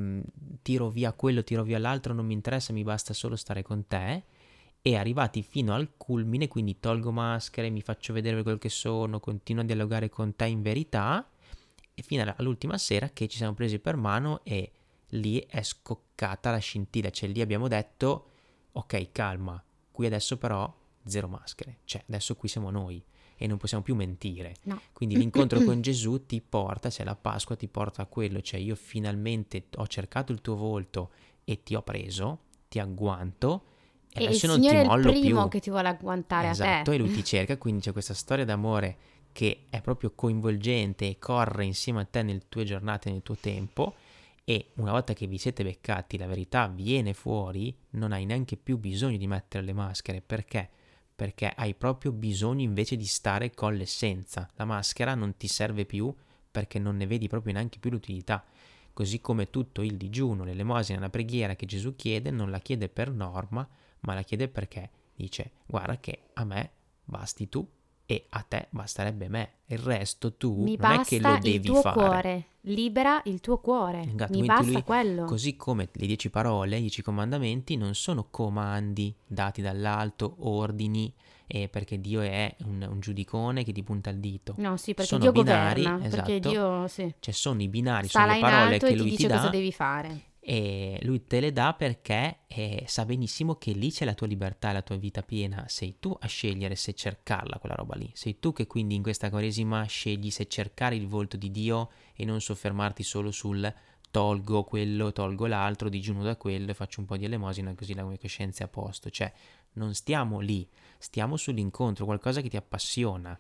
tiro via quello, tiro via l'altro, non mi interessa, mi basta solo stare con te. E arrivati fino al culmine, quindi tolgo maschere, mi faccio vedere quello che sono, continuo a dialogare con te in verità, e fino all'ultima sera che ci siamo presi per mano e lì è scoccata la scintilla, cioè lì abbiamo detto ok, calma, qui adesso però zero maschere, cioè adesso qui siamo noi e non possiamo più mentire. No. Quindi l'incontro con Gesù ti porta, cioè la Pasqua ti porta a quello, cioè io finalmente ho cercato il tuo volto e ti ho preso, ti agguanto, e E il adesso non ti Signore è il mollo primo più. che ti vuole agguantare Esatto, a e te. lui ti cerca, quindi c'è questa storia d'amore che è proprio coinvolgente e corre insieme a te nelle tue giornate, nel tuo tempo, e una volta che vi siete beccati, la verità viene fuori, non hai neanche più bisogno di mettere le maschere. Perché? Perché hai proprio bisogno invece di stare con l'essenza. La maschera non ti serve più perché non ne vedi proprio neanche più l'utilità. Così come tutto il digiuno, l'elemosina, la preghiera che Gesù chiede, non la chiede per norma, ma la chiede perché dice guarda che a me basti tu e a te basterebbe me, il resto tu Mi non è che lo basta il devi tuo fare. cuore, libera il tuo cuore, Esatto, mi mentre basta lui, quello. così come le 10 parole, i 10 comandamenti non sono comandi dati dall'alto, ordini, perché Dio è un giudicone che ti punta il dito. No, sì, perché Sono Dio binari, governa, perché esatto, Dio, sì, cioè sono i binari, sta sono là le in parole alto che e ti lui ti dice cosa dà, devi fare. e lui te le dà perché sa benissimo che lì c'è la tua libertà e la tua vita piena. Sei tu a scegliere se cercarla quella roba lì, sei tu che quindi in questa Quaresima scegli se cercare il volto di Dio e non soffermarti solo sul tolgo quello, tolgo l'altro, digiuno da quello e faccio un po' di elemosina così la mia coscienza è a posto. Cioè non stiamo lì, stiamo sull'incontro, qualcosa che ti appassiona,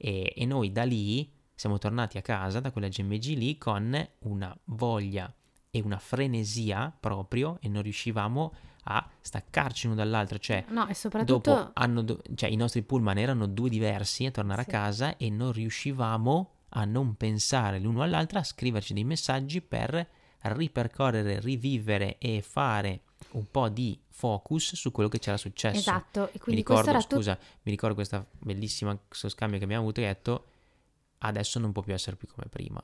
e noi da lì siamo tornati a casa da quella GMG lì con una voglia e una frenesia proprio, e non riuscivamo a staccarci uno dall'altro. Cioè No, e soprattutto cioè i nostri pullman erano due diversi a tornare sì. a casa, e non riuscivamo a non pensare l'uno all'altro, a scriverci dei messaggi per ripercorrere, rivivere e fare un po' di focus su quello che c'era successo. Esatto, e Mi quindi questo ricordo, era mi ricordo questa bellissima, questo scambio che abbiamo avuto, e ho detto adesso non può più essere più come prima,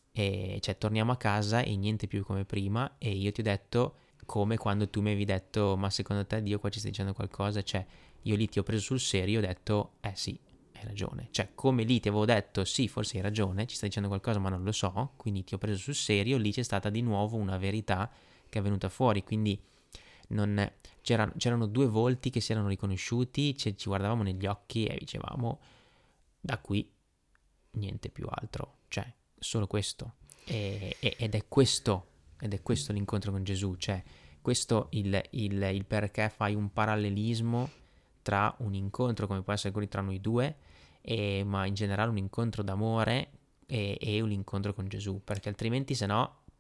e cioè torniamo a casa e niente più come prima. E io ti ho detto, come quando tu mi avevi detto ma secondo te Dio qua ci sta dicendo qualcosa, cioè io lì ti ho preso sul serio, ho detto sì, hai ragione, cioè come lì ti avevo detto sì, forse hai ragione, ci sta dicendo qualcosa ma non lo so, quindi ti ho preso sul serio, lì c'è stata di nuovo una verità che è venuta fuori. Quindi c'erano due volti che si erano riconosciuti, ci guardavamo negli occhi e dicevamo da qui niente più altro, cioè solo questo. Ed è questo l'incontro con Gesù, cioè questo il perché fai un parallelismo tra un incontro come può essere quello tra noi due, ma in generale un incontro d'amore e un incontro con Gesù, perché altrimenti se no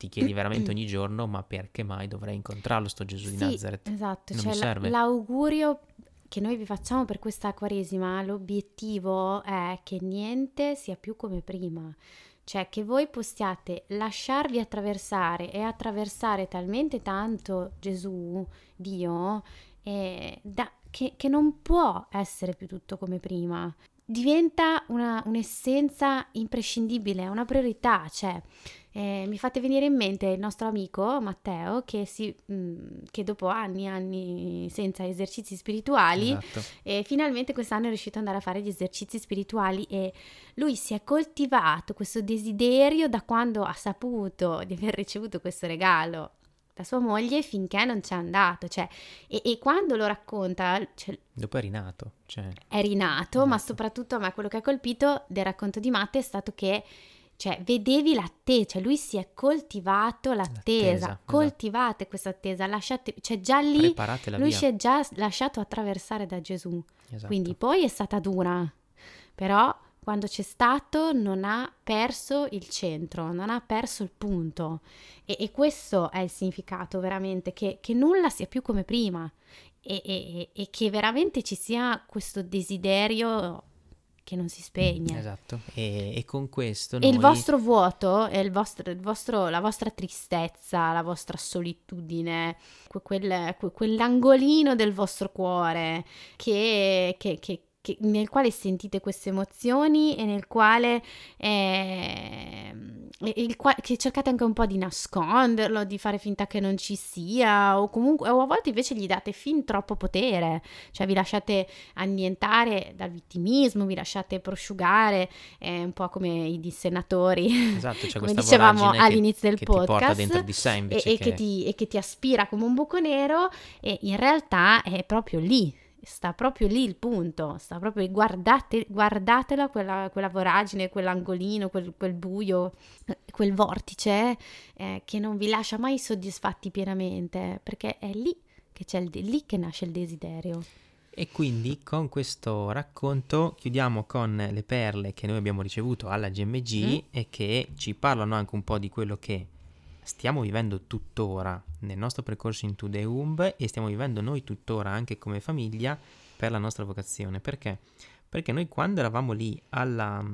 ti chiedi veramente ogni giorno, ma perché mai dovrei incontrarlo sto Gesù di Nazareth? Esatto, Non cioè mi serve? l'augurio che noi vi facciamo per questa Quaresima, l'obiettivo è che niente sia più come prima, cioè che voi possiate lasciarvi attraversare e attraversare talmente tanto Gesù, Dio, che non può essere più tutto come prima. Diventa un'essenza imprescindibile, una priorità, cioè mi fate venire in mente il nostro amico Matteo che dopo anni e anni senza esercizi spirituali Esatto. finalmente quest'anno è riuscito ad andare a fare gli esercizi spirituali e lui si è coltivato questo desiderio da quando ha saputo di aver ricevuto questo regalo da sua moglie finché non c'è andato, cioè, e quando lo racconta, cioè, Dopo è rinato, cioè... è rinato, Esatto. ma soprattutto a me quello che ha colpito del racconto di Matte è stato che, cioè, vedevi l'attesa, cioè lui si è coltivato l'attesa, Esatto. coltivate questa attesa, lasciate, cioè già lì Preparatela lui via. si è già lasciato attraversare da Gesù, Esatto. quindi poi è stata dura, però quando c'è stato non ha perso il centro, non ha perso il punto e questo è il significato veramente, che nulla sia più come prima e che veramente ci sia questo desiderio che non si spegne. Esatto, e con questo E il noi... vostro vuoto, e la vostra tristezza, la vostra solitudine, quell'angolino del vostro cuore nel quale sentite queste emozioni e nel quale, che cercate anche un po' di nasconderlo, di fare finta che non ci sia, o comunque, o a volte invece gli date fin troppo potere, cioè vi lasciate annientare dal vittimismo, vi lasciate prosciugare, un po' come i dissennatori, Esatto, c'è come questa dicevamo voragine all'inizio del che ti porta podcast, dentro di sé invece e che ti aspira come un buco nero, e in realtà è proprio lì. Sta proprio lì il punto, sta proprio lì. Guardatela quella voragine, quell'angolino, quel buio, quel vortice che non vi lascia mai soddisfatti pienamente, perché è lì che lì che nasce il desiderio. E quindi con questo racconto chiudiamo con le perle che noi abbiamo ricevuto alla GMG e che ci parlano anche un po' di quello che stiamo vivendo tuttora nel nostro percorso in To The Womb e stiamo vivendo noi tuttora anche come famiglia per la nostra vocazione. Perché? Perché noi quando eravamo lì alla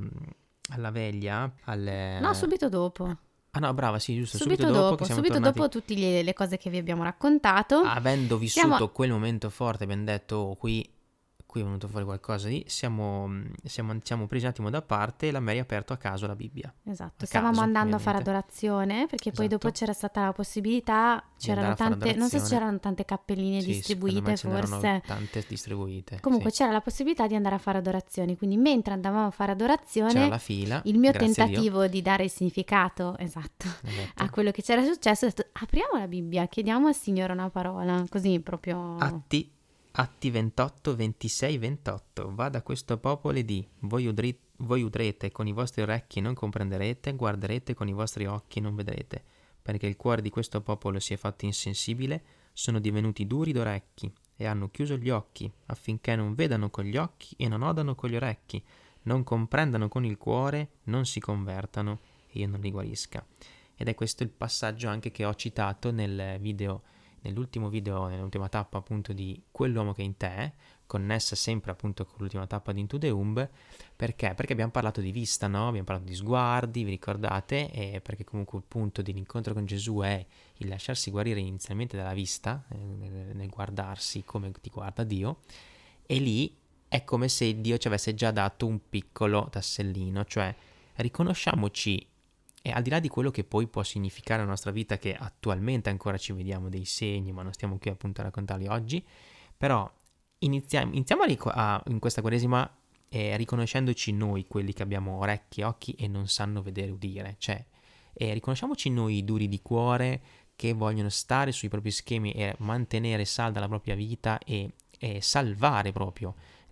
veglia, No, subito dopo. Ah no, brava, sì, giusto, Subito dopo che siamo subito tornati, dopo tutte le cose che vi abbiamo raccontato. avendo vissuto quel momento forte, abbiamo detto, oh, qui è venuto fuori qualcosa di... Siamo presi un attimo da parte e la Mary ha aperto a caso la Bibbia. Esatto, stavamo andando a fare adorazione perché poi dopo c'era stata la possibilità, c'erano tante, non so se c'erano tante cappelline distribuite, forse tante distribuite. Comunque c'era la possibilità di andare a fare adorazioni, quindi mentre andavamo a fare adorazione c'era la fila, il mio tentativo di dare il significato a quello che c'era successo, ho detto apriamo la Bibbia, chiediamo al Signore una parola, così proprio... Atti 28, 26, 28. Va da questo popolo e di, voi udrete con i vostri orecchi e non comprenderete, guarderete con i vostri occhi e non vedrete, perché il cuore di questo popolo si è fatto insensibile, sono divenuti duri d'orecchi e hanno chiuso gli occhi, affinché non vedano con gli occhi e non odano con gli orecchi, non comprendano con il cuore, non si convertano e io non li guarisca. Ed è questo il passaggio anche che ho citato nell'ultimo video, nell'ultima tappa appunto di Quell'uomo che è in te, connessa sempre appunto con l'ultima tappa di Into the Womb. Perché? Perché abbiamo parlato di vista, no? Abbiamo parlato di sguardi, vi ricordate? E perché comunque il punto dell'incontro con Gesù è il lasciarsi guarire inizialmente dalla vista, nel guardarsi come ti guarda Dio, e lì è come se Dio ci avesse già dato un piccolo tassellino, cioè riconosciamoci. E al di là di quello che poi può significare la nostra vita, che attualmente ancora ci vediamo dei segni, ma non stiamo qui appunto a raccontarli oggi, però iniziamo in questa Quaresima riconoscendoci noi, quelli che abbiamo orecchi e occhi e non sanno vedere e udire, cioè riconosciamoci noi duri di cuore che vogliono stare sui propri schemi e mantenere salda la propria vita e salvare proprio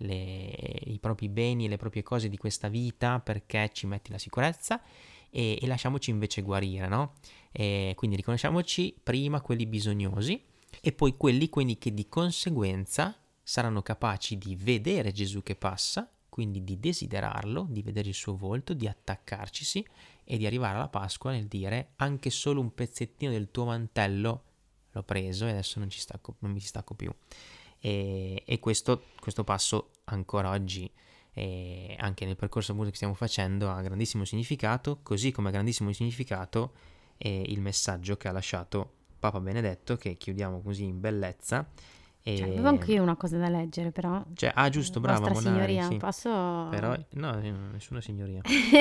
i propri beni e le proprie cose di questa vita, perché ci metti la sicurezza. E lasciamoci invece guarire, no? E quindi riconosciamoci prima quelli bisognosi e poi quelli quindi che di conseguenza saranno capaci di vedere Gesù che passa, quindi di desiderarlo, di vedere il suo volto, di attaccarcisi e di arrivare alla Pasqua nel dire anche solo un pezzettino del tuo mantello l'ho preso e adesso non mi ci stacco più. E questo passo ancora oggi, anche nel percorso appunto che stiamo facendo, ha grandissimo significato, così come ha grandissimo significato il messaggio che ha lasciato Papa Benedetto, che chiudiamo così in bellezza. Avevo anche io una cosa da leggere, però. Giusto, brava, Vostra Monari, signoria, sì. posso... Però, no, nessuna signoria.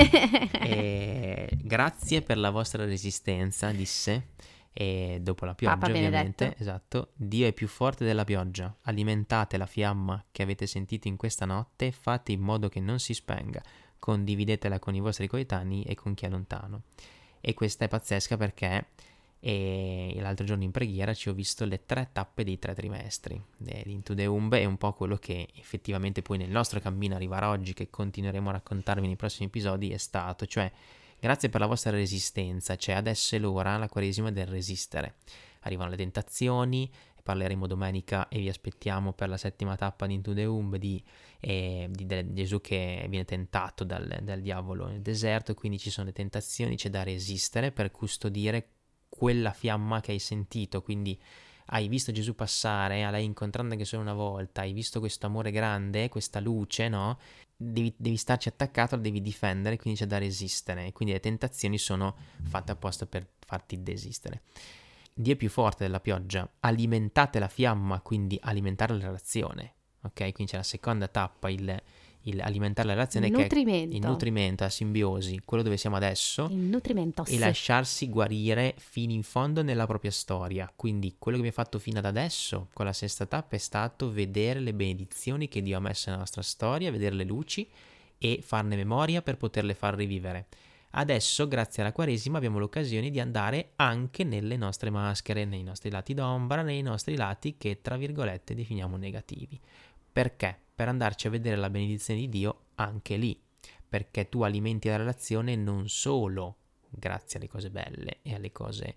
Grazie per la vostra resistenza, disse, e dopo la pioggia, Papa ovviamente. Benedetto. Esatto. Dio è più forte della pioggia. Alimentate la fiamma che avete sentito in questa notte, fate in modo che non si spenga. Condividetela con i vostri coetanei e con chi è lontano. E questa è pazzesca perché l'altro giorno in preghiera ci ho visto le 3 tappe dei 3 trimestri. L'Into Deum è un po' quello che effettivamente poi nel nostro cammino arrivare oggi, che continueremo a raccontarvi nei prossimi episodi, è stato, cioè grazie per la vostra resistenza, cioè adesso è l'ora, la Quaresima, del resistere. Arrivano le tentazioni, parleremo domenica e vi aspettiamo per la 7ª tappa di Into Deum di Gesù che viene tentato dal diavolo nel deserto, e quindi ci sono le tentazioni, c'è da resistere per custodire quella fiamma che hai sentito. Quindi hai visto Gesù passare, l'hai incontrato anche solo una volta, hai visto questo amore grande, questa luce, no? Devi starci attaccato, la devi difendere, quindi c'è da resistere, e quindi le tentazioni sono fatte apposta per farti desistere. Dio è più forte della pioggia, alimentate la fiamma, quindi alimentare la relazione, ok? Quindi c'è la seconda tappa, il alimentare la relazione, che è il nutrimento, la simbiosi, quello dove siamo adesso, il nutrimento, e lasciarsi guarire fino in fondo nella propria storia. Quindi quello che mi ha fatto fino ad adesso con la 6ª tappa è stato vedere le benedizioni che Dio ha messo nella nostra storia, vedere le luci e farne memoria per poterle far rivivere. Adesso, grazie alla Quaresima, abbiamo l'occasione di andare anche nelle nostre maschere, nei nostri lati d'ombra, nei nostri lati che, tra virgolette, definiamo negativi. Perché? Per andarci a vedere la benedizione di Dio anche lì, perché tu alimenti la relazione non solo grazie alle cose belle e alle cose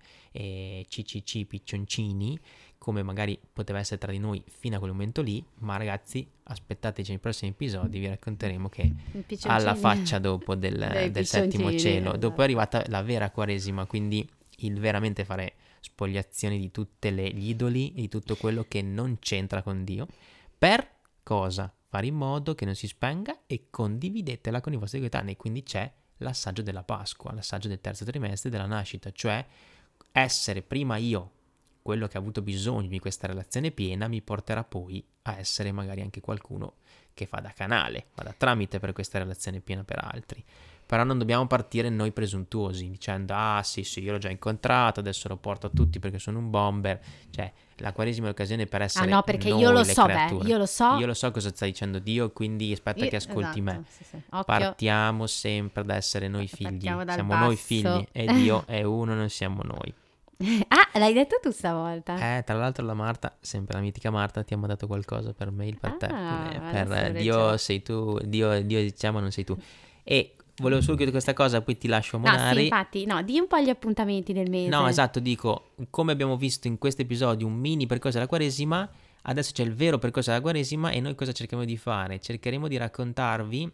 piccioncini, come magari poteva essere tra di noi fino a quel momento lì, ma ragazzi, aspettateci nei prossimi episodi, vi racconteremo che alla faccia dopo del 7° cielo, dopo è arrivata la vera Quaresima, quindi il veramente fare spoliazione di tutte gli idoli e di tutto quello che non c'entra con Dio. Per cosa? Fare in modo che non si spenga, e condividetela con i vostri coetanei. Quindi c'è l'assaggio della Pasqua, l'assaggio del 3° trimestre della nascita, cioè essere prima io quello che ha avuto bisogno di questa relazione piena, mi porterà poi a essere magari anche qualcuno che fa da canale, fa da tramite per questa relazione piena per altri. Però non dobbiamo partire noi presuntuosi dicendo sì, io l'ho già incontrato, adesso lo porto a tutti perché sono un bomber. Cioè, la Quaresima è l'occasione per essere no, perché noi io lo le so, creature. io lo so Cosa sta dicendo Dio, quindi aspetta che ascolti me. Sì. Partiamo sempre da essere noi figli, siamo basso. noi figli e Dio è uno, non siamo noi. L'hai detto tu stavolta? Tra l'altro la Marta, sempre la mitica Marta, ti ha mandato qualcosa per mail per te, per Dio sei tu, Dio diciamo non sei tu. E volevo solo chiudere questa cosa, poi ti lascio a Monari. No, sì, infatti, di un po' gli appuntamenti del mese. No, esatto, dico, come abbiamo visto in questo episodio un mini percorso della Quaresima, adesso c'è il vero percorso della Quaresima, e noi cosa cerchiamo di fare? Cercheremo di raccontarvi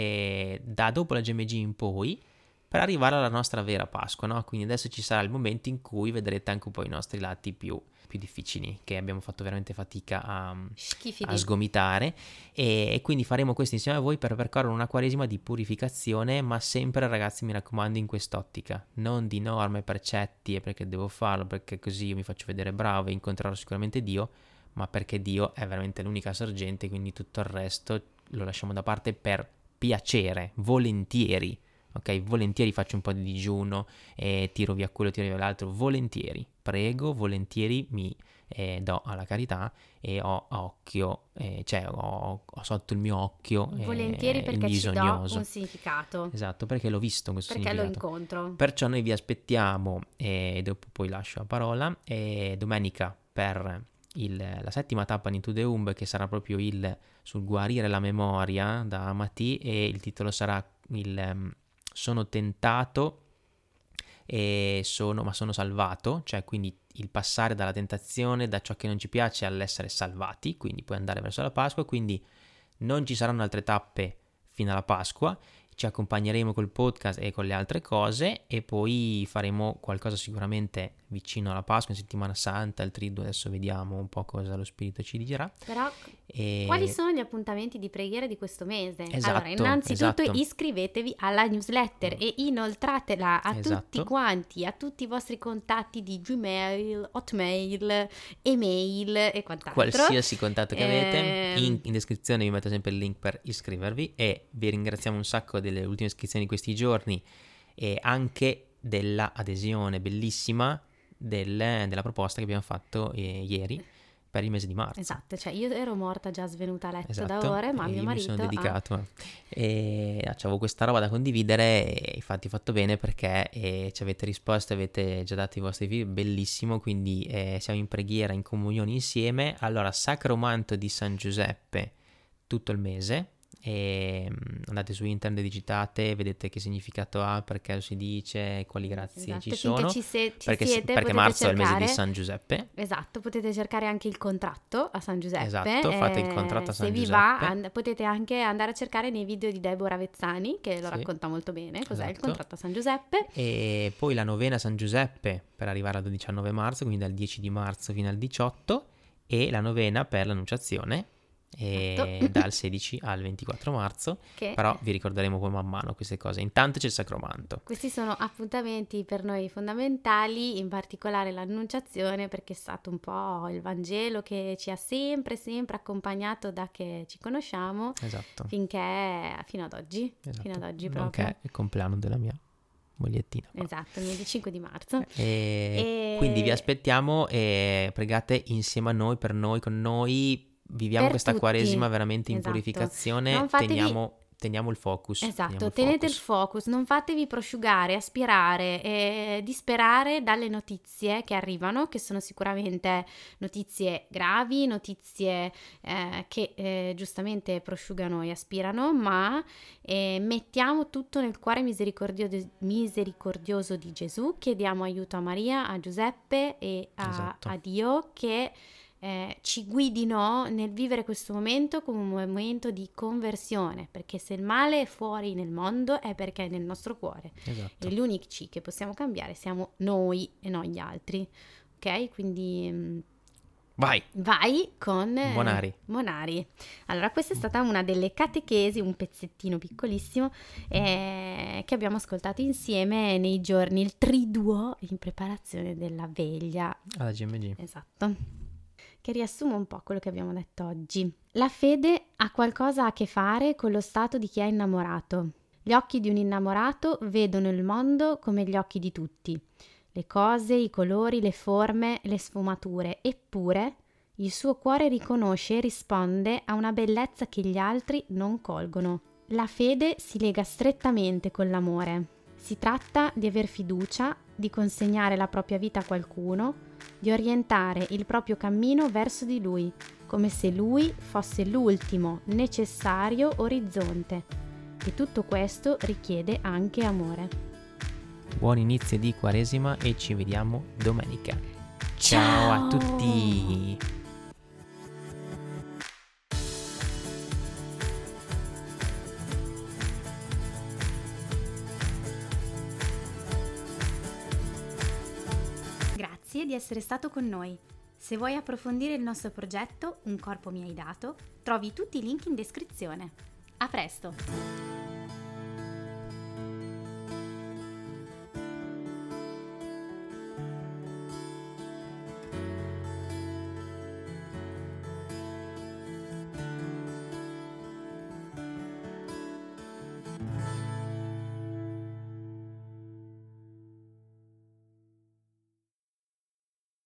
da dopo la GMG in poi, per arrivare alla nostra vera Pasqua, no? Quindi adesso ci sarà il momento in cui vedrete anche un po' i nostri lati più difficili, che abbiamo fatto veramente fatica a sgomitare, e quindi faremo questo insieme a voi per percorrere una Quaresima di purificazione, ma sempre, ragazzi, mi raccomando, in quest'ottica, non di norme, precetti e perché devo farlo, perché così io mi faccio vedere bravo e incontrerò sicuramente Dio, ma perché Dio è veramente l'unica sorgente, quindi tutto il resto lo lasciamo da parte per piacere, volentieri. Ok, volentieri faccio un po' di digiuno e tiro via quello, tiro via l'altro, volentieri, prego, volentieri mi do alla carità, e ho occhio, cioè ho sotto il mio occhio volentieri, perché ci do un significato. Esatto, perché l'ho visto questo perché significato. Lo incontro. Perciò noi vi aspettiamo, e dopo poi lascio la parola, domenica per la 7ª tappa di Into Deum, che sarà proprio sul guarire la memoria da Amati, e il titolo sarà sono tentato ma sono salvato, cioè quindi il passare dalla tentazione, da ciò che non ci piace, all'essere salvati, quindi puoi andare verso la Pasqua. Quindi non ci saranno altre tappe fino alla Pasqua. Ci accompagneremo col podcast e con le altre cose e poi faremo qualcosa sicuramente vicino alla Pasqua, in settimana santa, il triduo, adesso vediamo un po' cosa lo Spirito ci dirà. Però quali sono gli appuntamenti di preghiera di questo mese? Esatto, allora, innanzitutto esatto. Iscrivetevi alla newsletter e inoltratela a Esatto. tutti quanti, a tutti i vostri contatti di Gmail, Hotmail, email e quant'altro. Qualsiasi contatto che avete, in descrizione vi metto sempre il link per iscrivervi e vi ringraziamo un sacco delle ultime iscrizioni di questi giorni e anche della adesione bellissima della proposta che abbiamo fatto ieri per il mese di marzo. Esatto, cioè io ero morta già svenuta a letto da Esatto, ore, ma e mio io marito mi sono dedicato e avevo questa roba da condividere e infatti ho fatto bene perché ci avete risposto, avete già dato i vostri video, bellissimo, quindi siamo in preghiera, in comunione insieme. Allora, Sacro Manto di San Giuseppe tutto il mese. E andate su internet, digitate, vedete che significato ha, perché lo si dice, quali grazie esatto, ci sono, siete, perché marzo è il mese di San Giuseppe. Esatto, potete cercare anche il contratto a San Giuseppe. Esatto, fate il contratto a San Giuseppe. Se vi va, potete anche andare a cercare nei video di Deborah Vezzani, che lo Sì, racconta molto bene, cos'è il esatto. contratto a San Giuseppe. E poi la novena a San Giuseppe per arrivare al 19 marzo, quindi dal 10 di marzo fino al 18, e la novena per l'Annunciazione. Dal 16 al 24 marzo, però vi ricorderemo poi man mano queste cose. Intanto c'è il Sacromanto. Questi sono appuntamenti per noi fondamentali, in particolare l'Annunciazione, perché è stato un po' il Vangelo che ci ha sempre accompagnato da che ci conosciamo, esatto, fino ad oggi. Esatto. Fino ad oggi proprio. Nonché il compleanno della mia mogliettina. Esatto, il 25 di marzo. Quindi vi aspettiamo e pregate insieme a noi, per noi, con noi. Viviamo questa tutti. Quaresima veramente in Esatto. purificazione, teniamo il focus. Esatto, tenete il focus, non fatevi prosciugare, aspirare e disperare dalle notizie che arrivano, che sono sicuramente notizie gravi, notizie che giustamente prosciugano e aspirano, ma mettiamo tutto nel cuore misericordioso di Gesù, chiediamo aiuto a Maria, a Giuseppe e a Dio che ci guidino nel vivere questo momento come un momento di conversione, perché se il male è fuori nel mondo è perché è nel nostro cuore. Esatto. E gli unici che possiamo cambiare siamo noi e non gli altri, ok? Quindi vai con Monari. Allora, questa è stata una delle catechesi, un pezzettino piccolissimo che abbiamo ascoltato insieme nei giorni, il triduo in preparazione della veglia alla GMG. Esatto, che riassume un po' quello che abbiamo detto oggi. La fede ha qualcosa a che fare con lo stato di chi è innamorato. Gli occhi di un innamorato vedono il mondo come gli occhi di tutti. Le cose, i colori, le forme, le sfumature, eppure il suo cuore riconosce e risponde a una bellezza che gli altri non colgono. La fede si lega strettamente con l'amore. Si tratta di aver fiducia, di consegnare la propria vita a qualcuno, di orientare il proprio cammino verso di lui, come se lui fosse l'ultimo necessario orizzonte. E tutto questo richiede anche amore. Buon inizio di Quaresima e ci vediamo domenica. Ciao a tutti! Grazie di essere stato con noi. Se vuoi approfondire il nostro progetto Un corpo mi hai dato, trovi tutti i link in descrizione. A presto!